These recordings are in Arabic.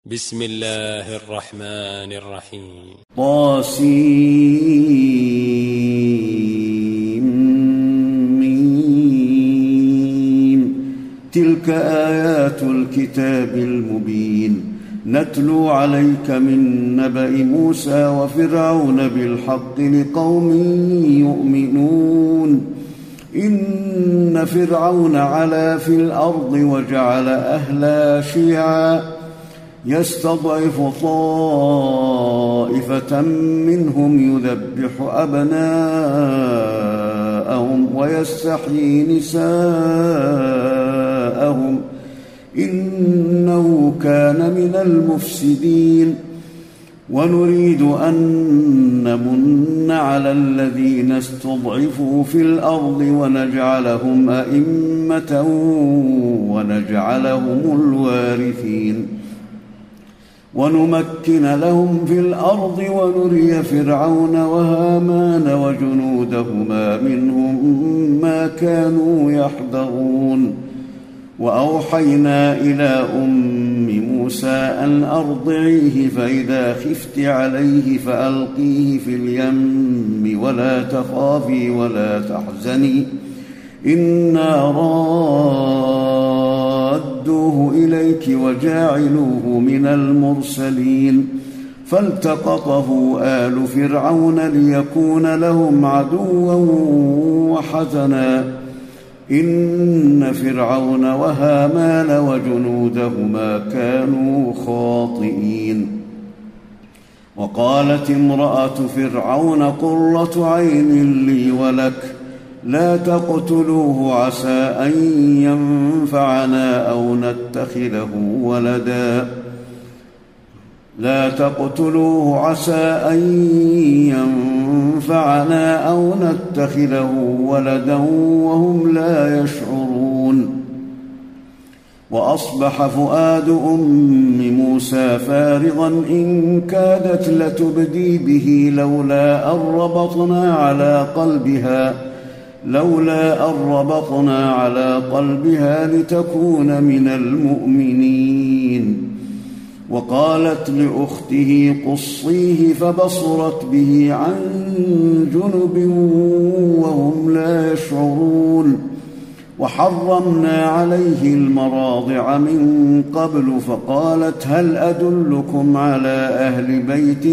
بسم الله الرحمن الرحيم. طاسيم. تلك آيات الكتاب المبين نتلو عليك من نبأ موسى وفرعون بالحق لقوم يؤمنون. إن فرعون علا في الأرض وجعل أهلها شيعا يستضعف طائفة منهم يذبح أبناءهم ويستحيي نساءهم إنه كان من المفسدين. ونريد أن نمن على الذين استضعفوا في الأرض ونجعلهم أئمة ونجعلهم الوارثين ونمكن لهم في الأرض ونري فرعون وهامان وجنودهما منهم ما كانوا يحذرون. وأوحينا إلى أم موسى أن أرضعيه فإذا خفت عليه فألقيه في اليم ولا تخافي ولا تحزني إنا رادوه إليك وجاعلوه من المرسلين. فالتقطه آل فرعون ليكون لهم عدوا وحزنا إن فرعون وهامان وجنودهما كانوا خاطئين. وقالت امرأة فرعون قرة عين لي ولك لا تقتلوه عسى أن ينفعنا أو نتخذه ولدا وهم لا يشعرون. وأصبح فؤاد أم موسى فارغا إن كادت لتبدي به لولا أن ربطنا على قلبها لتكون من المؤمنين. وقالت لأخته قصيه فبصرت به عن جنب وهم لا يشعرون. وحرمنا عليه المراضع من قبل فقالت هل أدلكم على أهل بيت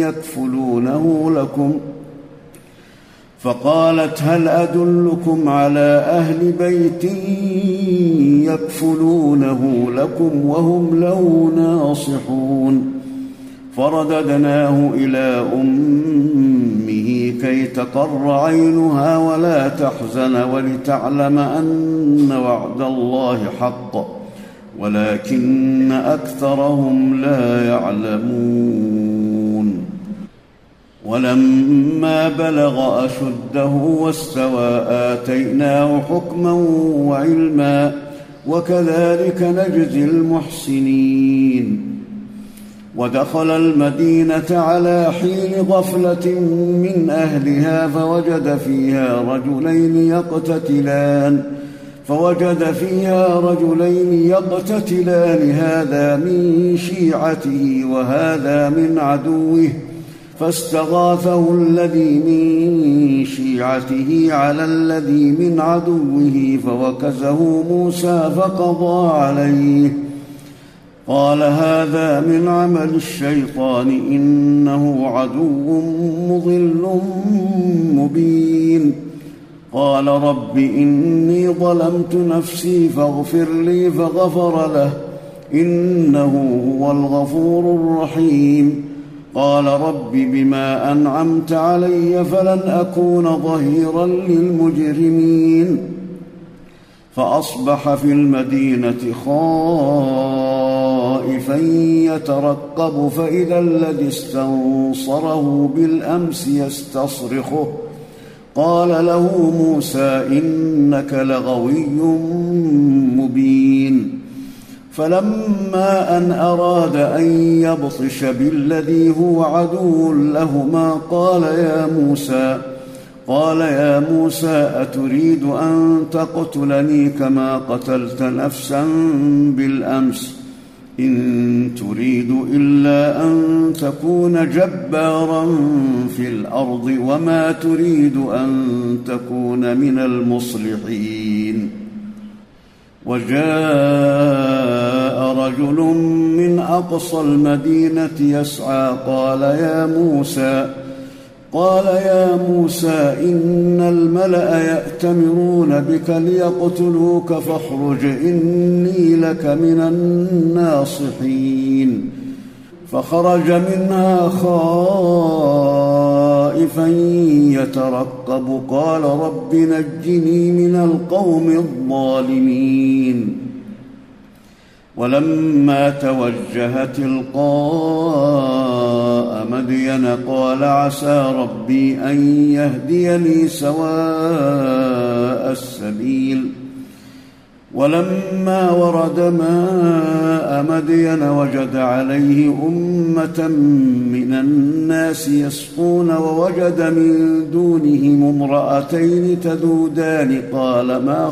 يكفلونه لكم وهم له ناصحون. فرددناه إلى أمه كي تقر عينها ولا تحزن ولتعلم أن وعد الله حق ولكن أكثرهم لا يعلمون. ولما بلغ أشده واستوى آتيناه حكما وعلما وكذلك نجزي المحسنين. ودخل المدينة على حين غفلة من أهلها فوجد فيها رجلين يقتتلان هذا من شيعته وهذا من عدوه فاستغاثه الذي من شيعته على الذي من عدوه فوكزه موسى فقضى عليه قال هذا من عمل الشيطان إنه عدو مضل مبين. قال رب إني ظلمت نفسي فاغفر لي فغفر له إنه هو الغفور الرحيم. قال رب بما أنعمت علي فلن أكون ظهيرا للمجرمين. فأصبح في المدينة خائفا يترقب فإذا الذي استنصره بالأمس يستصرخه قال له موسى إنك لغوي مبين. فلما أن أراد أن يبطش بالذي هو عدو لهما قال يا موسى أتريد أن تقتلني كما قتلت نفسا بالأمس إن تريد إلا أن تكون جبارا في الأرض وما تريد أن تكون من المصلحين. وجاء رجل من أقصى المدينة يسعى قال يا موسى إن الملأ يأتمرون بك ليقتلوك فاخرج إني لك من الناصحين. فخرج منها خائفا يترقب قال رب نجني من القوم الظالمين. ولما توجه تلقاء مدين قال عسى ربي أن يهديني سواء السبيل. ولما ورد ماء مدين وجد عليه أمة من الناس يسقون ووجد من دونهم امرأتين تذودان قال ما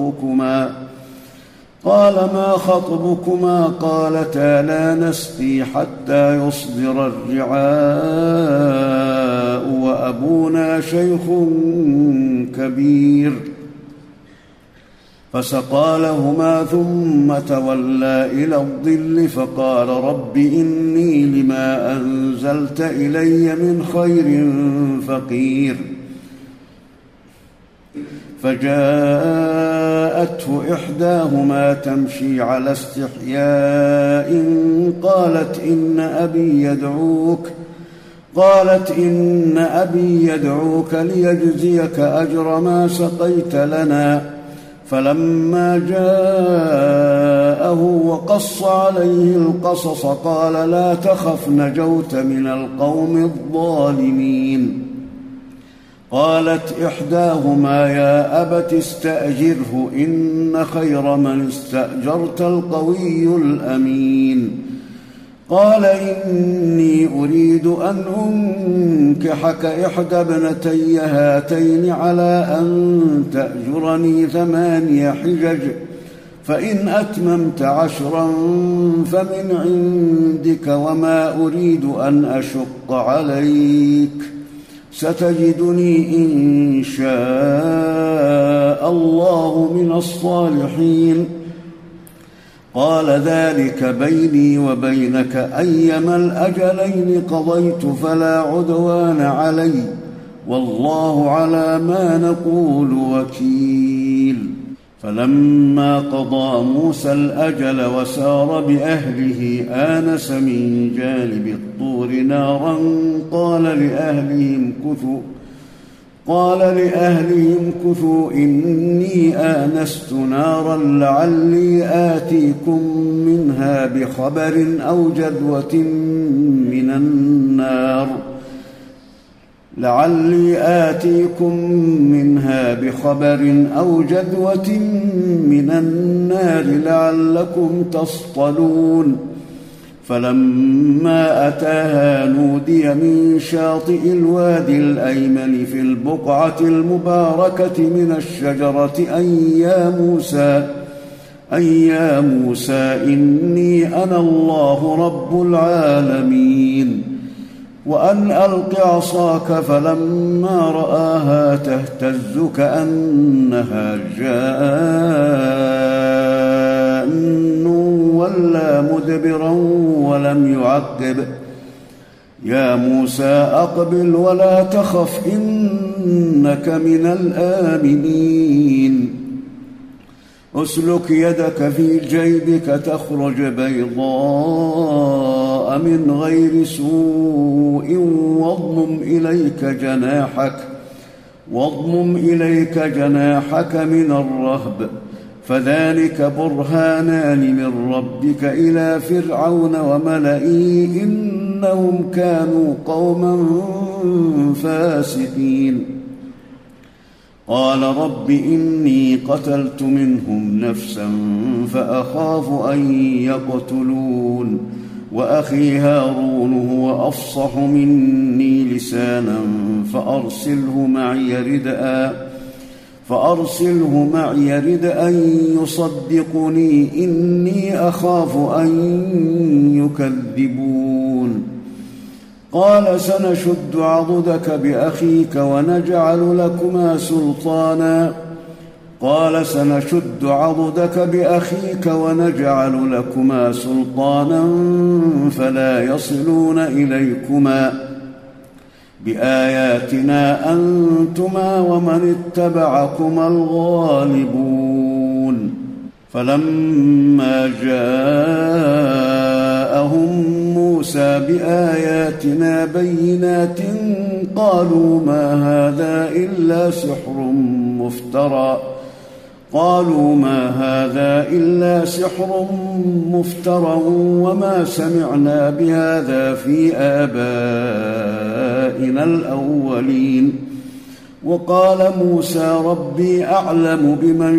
خطبكما قالتا لا نسقي حتى يصدر الرعاء وأبونا شيخ كبير. فسقى لهما ثم تولى إلى الظل فقال رب إني لما أنزلت إلي من خير فقير. فجاءته إحداهما تمشي على استحياء قالت إن أبي يدعوك ليجزيك أجر ما سقيت لنا. فلما جاءه وقص عليه القصص قال لا تخف نجوت من القوم الظالمين. قالت إحداهما يا أبت استأجره إن خير من استأجرت القوي الأمين. قال إني أريد أن أنكحك إحدى ابنتي هاتين على أن تأجرني 8 حجج فإن أتممت 10 فمن عندك وما أريد أن أشق عليك ستجدني إن شاء الله من الصالحين. قال ذلك بيني وبينك أيما الأجلين قضيت فلا عدوان علي والله على ما نقول وكيل. فلما قضى موسى الأجل وسار بأهله آنس من جانب الطور نارا قال لأهلهم كثوا إني آنست نارا لعلي آتيكم منها بخبر أو جذوة من النار لعلكم تصطلون. فلما أتاها نودي من شاطئ الوادي الأيمن في البقعة المباركة من الشجرة أن يا موسى إني أنا الله رب العالمين. وأن ألق عصاك فلما رآها تهتز كأنها جان ولا مدبرا ولم يعقب. يا موسى أقبل ولا تخف إنك من الآمنين. أسلك يدك في جيبك تخرج بيضاء من غير سوء واضمم إليك جناحك من الرهب فذلك برهانان من ربك إلى فرعون وملئه إنهم كانوا قوما فاسقين. قال رب إني قتلت منهم نفسا فأخاف أن يقتلون وأخي هارون هو أفصح مني لسانا فأرسله معي ردءا فأرسله معي يرد أن يصدقني إني أخاف أن يكذبون. قال سنشد عضدك بأخيك ونجعل لكما سلطانا فلا يصلون إليكما بآياتنا أنتما ومن اتبعكما الغالبون. فلما جاءهم موسى بآياتنا بينات قالوا ما هذا إلا سحر مفترى وما سمعنا بهذا في آبائنا الأولين. وقال موسى ربي أعلم بمن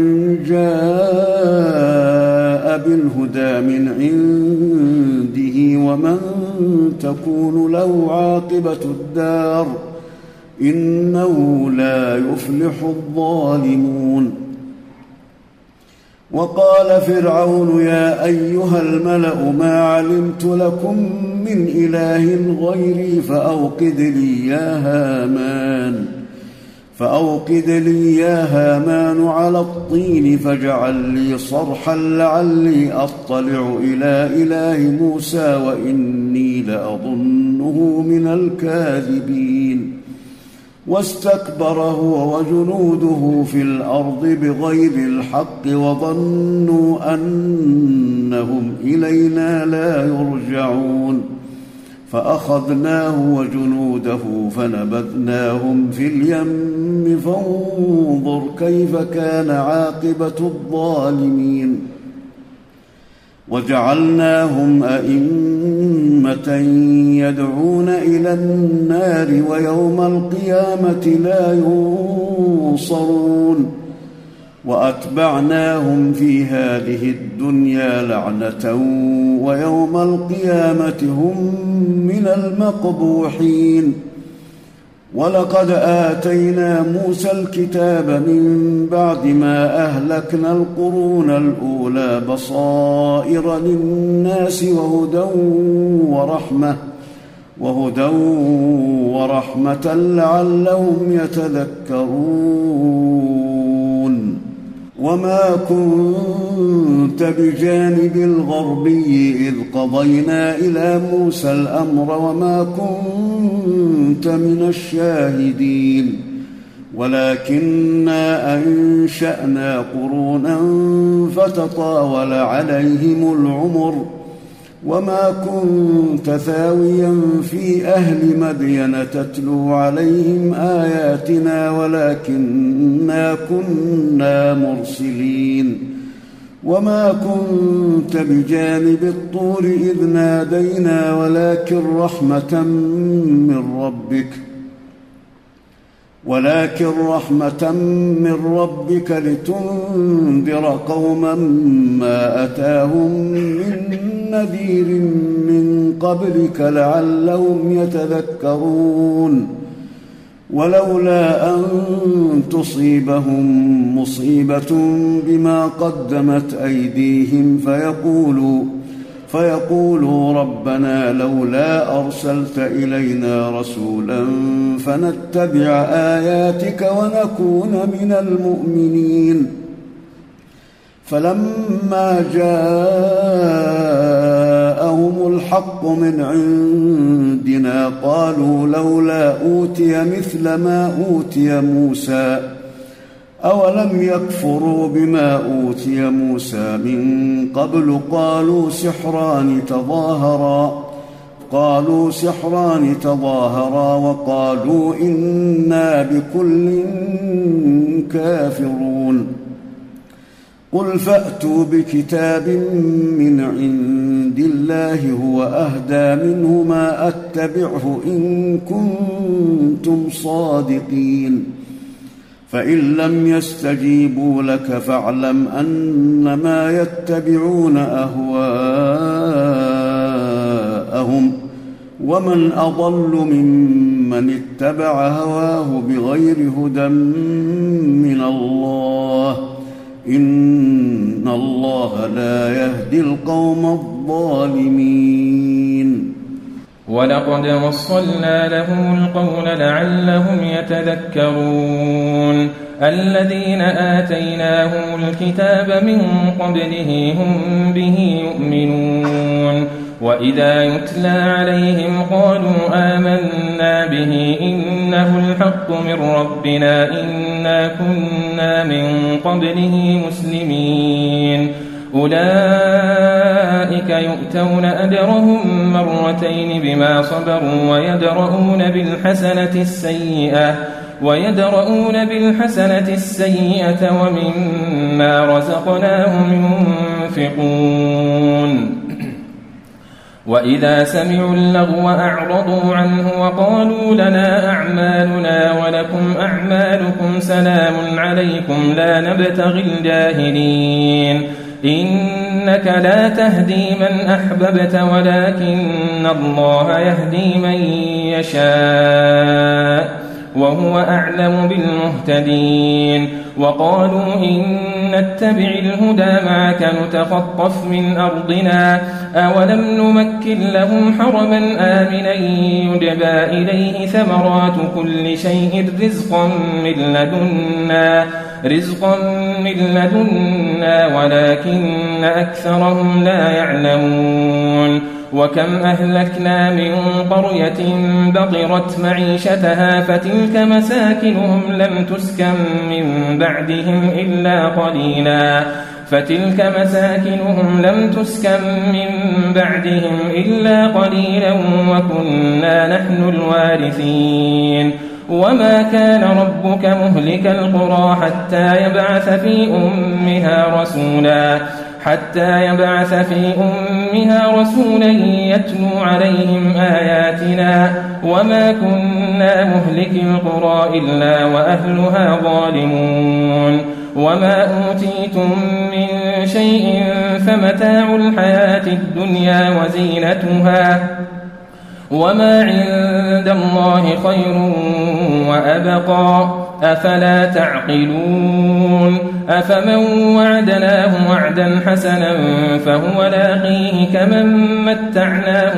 جاء بالهدى من عنده ومن تكون له عاقبة الدار إنه لا يفلح الظالمون. وقال فرعون يا أيها الملأ ما علمت لكم من إله غيري فأوقد لي يا هامان على الطين فاجعل لي صرحا لعلي أطلع إلى إله موسى وإني لأظنه من الكاذبين. واستكبر هو وجنوده في الأرض بغير الحق وظنوا أنهم إلينا لا يرجعون. فأخذناه وجنوده فنبذناهم في اليم فانظر كيف كان عاقبة الظالمين. وجعلناهم أئمة يدعون إلى النار ويوم القيامة لا ينصرون. وأتبعناهم في هذه الدنيا لعنة ويوم القيامة هم من المقبوحين. ولقد آتينا موسى الكتاب من بعد ما أهلكنا القرون الأولى بصائر للناس وهدى ورحمة لعلهم يتذكرون. وما كنت بجانب الغربي إذ قضينا إلى موسى الأمر وما كنت من الشاهدين ولكننا أنشأنا قرونا فتطاول عليهم العمر وما كنت ثاويا في أهل مدين تتلو عليهم آياتنا ولكننا كنا مرسلين. وما كنت بجانب الطور إذ نادينا ولكن رحمة من ربك لتنذر قوما ما أتاهم من نذير من قبلك لعلهم يتذكرون. ولولا أن تصيبهم مصيبة بما قدمت أيديهم فيقولوا ربنا لولا أرسلت إلينا رسولا فنتبع آياتك ونكون من المؤمنين. فلما جاءهم الحق من عندنا قالوا لولا أوتي مثل ما أوتي موسى أولم يكفروا بما أوتي موسى من قبل قالوا سحران تظاهرا وقالوا إنا بكل كافرون. قل فأتوا بكتاب من عند الله هو أهدى منه ما أتبعه إن كنتم صادقين. فإن لم يستجيبوا لك فاعلم أنما يتبعون أهواءهم ومن أضل ممن اتبع هواه بغير هدى من الله إن الله لا يهدي القوم الظالمين. ولقد وصلنا لهم القول لعلهم يتذكرون الذين آتيناهم الكتاب من قبله هم به يؤمنون وإذا يتلى عليهم قالوا آمنا به إنه الحق من ربنا إنا كنا من قبله مسلمين أولئك يؤتون أجرهم مرتين بما صبروا ويدرؤون بالحسنة السيئة ومما رزقناهم ينفقون وإذا سمعوا اللغو أعرضوا عنه وقالوا لنا أعمالنا ولكم أعمالكم سلام عليكم لا نبتغي الجاهلين إنك لا تهدي من أحببت ولكن الله يهدي من يشاء وهو أعلم بالمهتدين وقالوا إن نتبع الهدى معك نتخطف من أرضنا أولم نمكن لهم حرما آمنا يجبى إليه ثمرات كل شيء رزقا من لدنا ولكن أكثرهم لا يعلمون وكم أهلكنا من قرية بطرت معيشتها فتلك مساكنهم لم تسكن من بعدهم إلا قليلا وكنا نحن الوارثين وما كان ربك مهلك القرى حتى يبعث في أمها رسولا يتلو عليهم آياتنا وما كنا مهلك القرى إلا وأهلها ظالمون وما أوتيتم من شيء فمتاع الحياة الدنيا وزينتها وما عند الله خير وأبقى أفلا تعقلون أفمن وعدناه وعدا حسنا فهو لاقيه كمن متعناه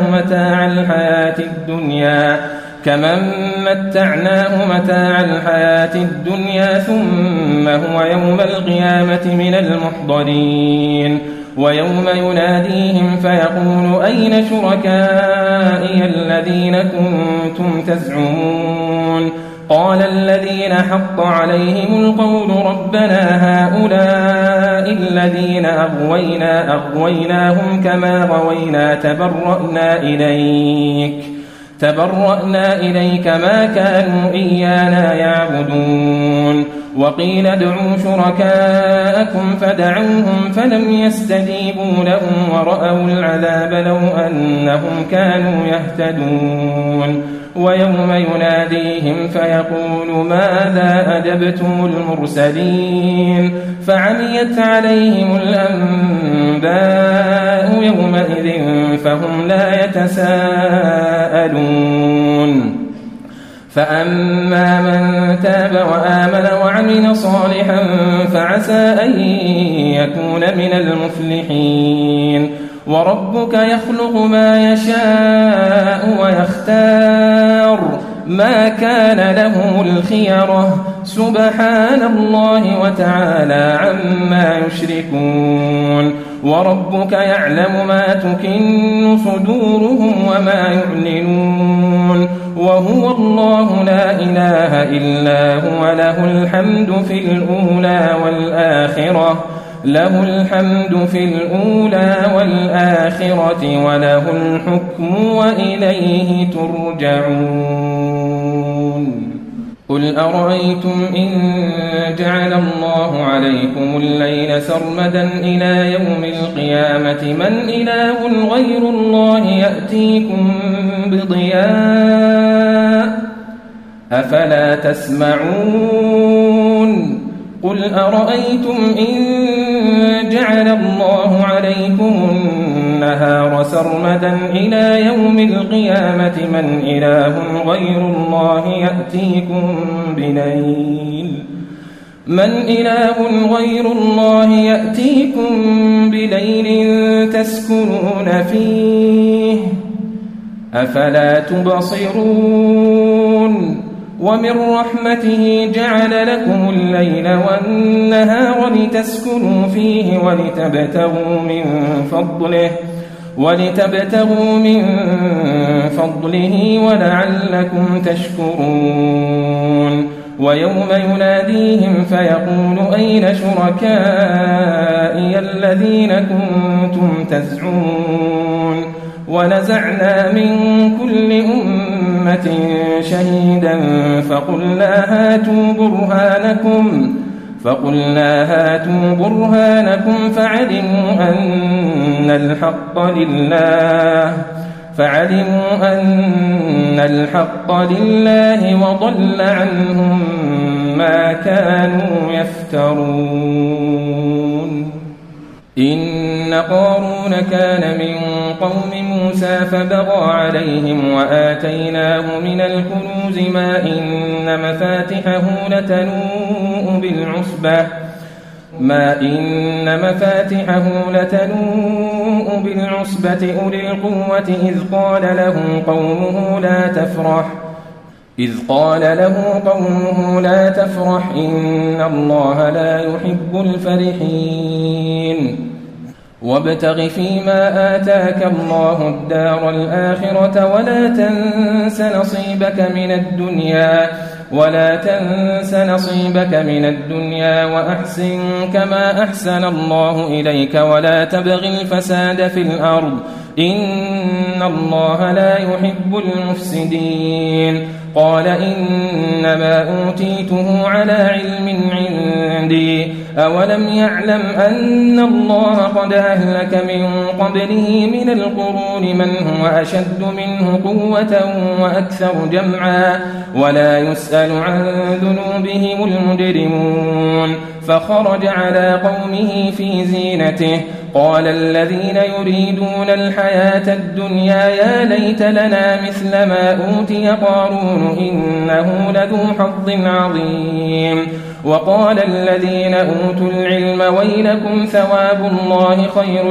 متاع الحياة الدنيا ثم هو يوم القيامة من المحضرين ويوم يناديهم فيقول أين شركائي الذين كنتم تزعمون قال الذين حق عليهم القول ربنا هؤلاء الذين أغويناهم كما غوينا تبرأنا إليك ما كانوا إيانا يعبدون وقيل ادعوا شركاءكم فدعوهم فلم يستجيبوا لهم ورأوا العذاب لو أنهم كانوا يهتدون ويوم يناديهم فيقول ماذا أجبتم المرسلين فعميت عليهم الأنباء يومئذ فهم لا يتساءلون فأما من تاب وآمن وعمل صالحا فعسى أن يكون من المفلحين وربك يخلق ما يشاء ويختار ما كان لهم الخيرة سبحان الله وتعالى عما يشركون وربك يعلم ما تكن صدورهم وما يعلنون وهو الله لا إله إلا هو له الحمد في الأولى والآخرة وله الحكم وإليه ترجعون قل أرأيتم إن جعل الله عليكم الليل سرمدا إلى يوم القيامة من إله غير الله يأتيكم بضياء أفلا تسمعون قل أرأيتم إن جعل الله عليكم النهار سرمدا إلى يوم القيامة من إله غير الله يأتيكم بليل تسكنون فيه أفلا تبصرون ومن رحمته جعل لكم الليل والنهار لتسكنوا فيه ولتبتغوا من فضله ولعلكم تشكرون ويوم يناديهم فيقول أين شركائي الذين كنتم تزعمون ونزعنا من كل أمة شهيدا فقلنا هاتوا برهانكم فعلموا أن الحق لله وضل عنهم ما كانوا يفترون إن قارون كان من قوم موسى فبغى عليهم وآتيناه من الكنوز ما إن مفاتحه لتنوء بالعصبة أولي القوة إذ قال له قومه لا تفرح إن الله لا يحب الفرحين وابتغ فيما آتاك الله الدار الآخرة ولا تنس نصيبك من الدنيا وأحسن كما أحسن الله إليك ولا تبغ الفساد في الأرض إن الله لا يحب المفسدين قال إنما أوتيته على علم عندي أولم يعلم أن الله قد أهلك من قبله من القرون من هو أشد منه قوة وأكثر جمعا ولا يسأل عن ذنوبهم المجرمون فخرج على قومه في زينته قال الذين يريدون الحياة الدنيا يا ليت لنا مثل ما أوتي قارون إنه لذو حظ عظيم وقال الذين أوتوا العلم ويلكم ثواب الله خير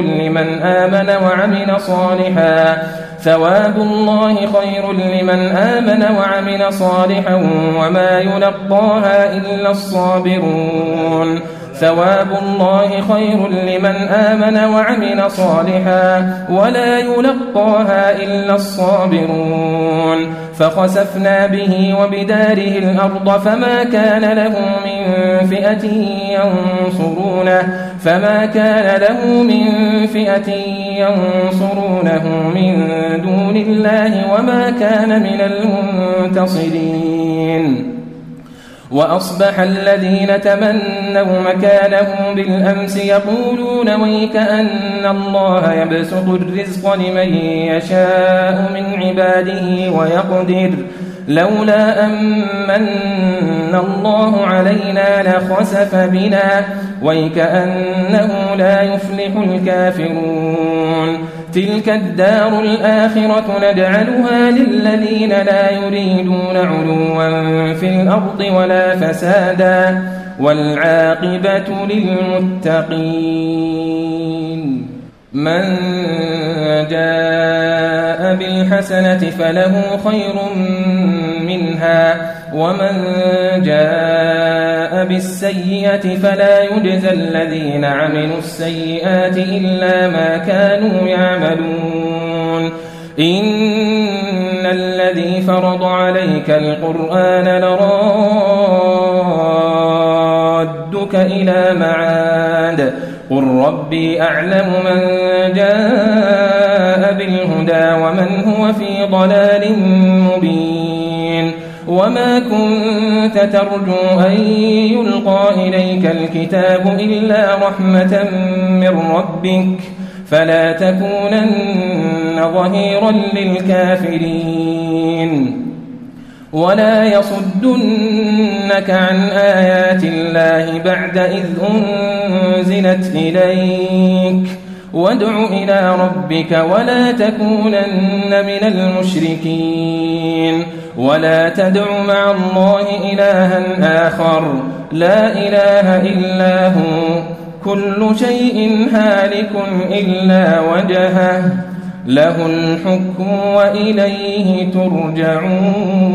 لمن آمن وعمل صالحا وما يلقاها إلا الصابرون ثواب الله خير لمن آمن وعمل صالحا ولا يلقاها إلا الصابرون فخسفنا به وبداره الأرض فما كان له من فئة ينصرونه من دون الله وما كان من المنتصرين وأصبح الذين تمنوا مكانه بالأمس يقولون ويك أن الله يبسط الرزق لمن يشاء من عباده ويقدر لولا أمن الله علينا لخسف بنا ويكأنه لا يفلح الكافرون تلك الدار الآخرة نجعلها للذين لا يريدون علوا في الأرض ولا فسادا والعاقبة للمتقين من جاء بالحسنة فله خير منها ومن جاء بالسيئة فلا يجزى الذين عملوا السيئات إلا ما كانوا يعملون إن الذي فرض عليك القرآن لرادك إلى معاد قل ربي أعلم من جاء بالهدى ومن هو في ضلال مبين وما كنت ترجو أن يلقى إليك الكتاب إلا رحمة من ربك فلا تكونن ظهيرا للكافرين ولا يصدنك عن آيات الله بعد إذ أنزلت إليك وادع إلى ربك ولا تكونن من المشركين ولا تدع مع الله إلها آخر لا إله إلا هو كل شيء هالك إلا وجهه له الحكم وإليه ترجعون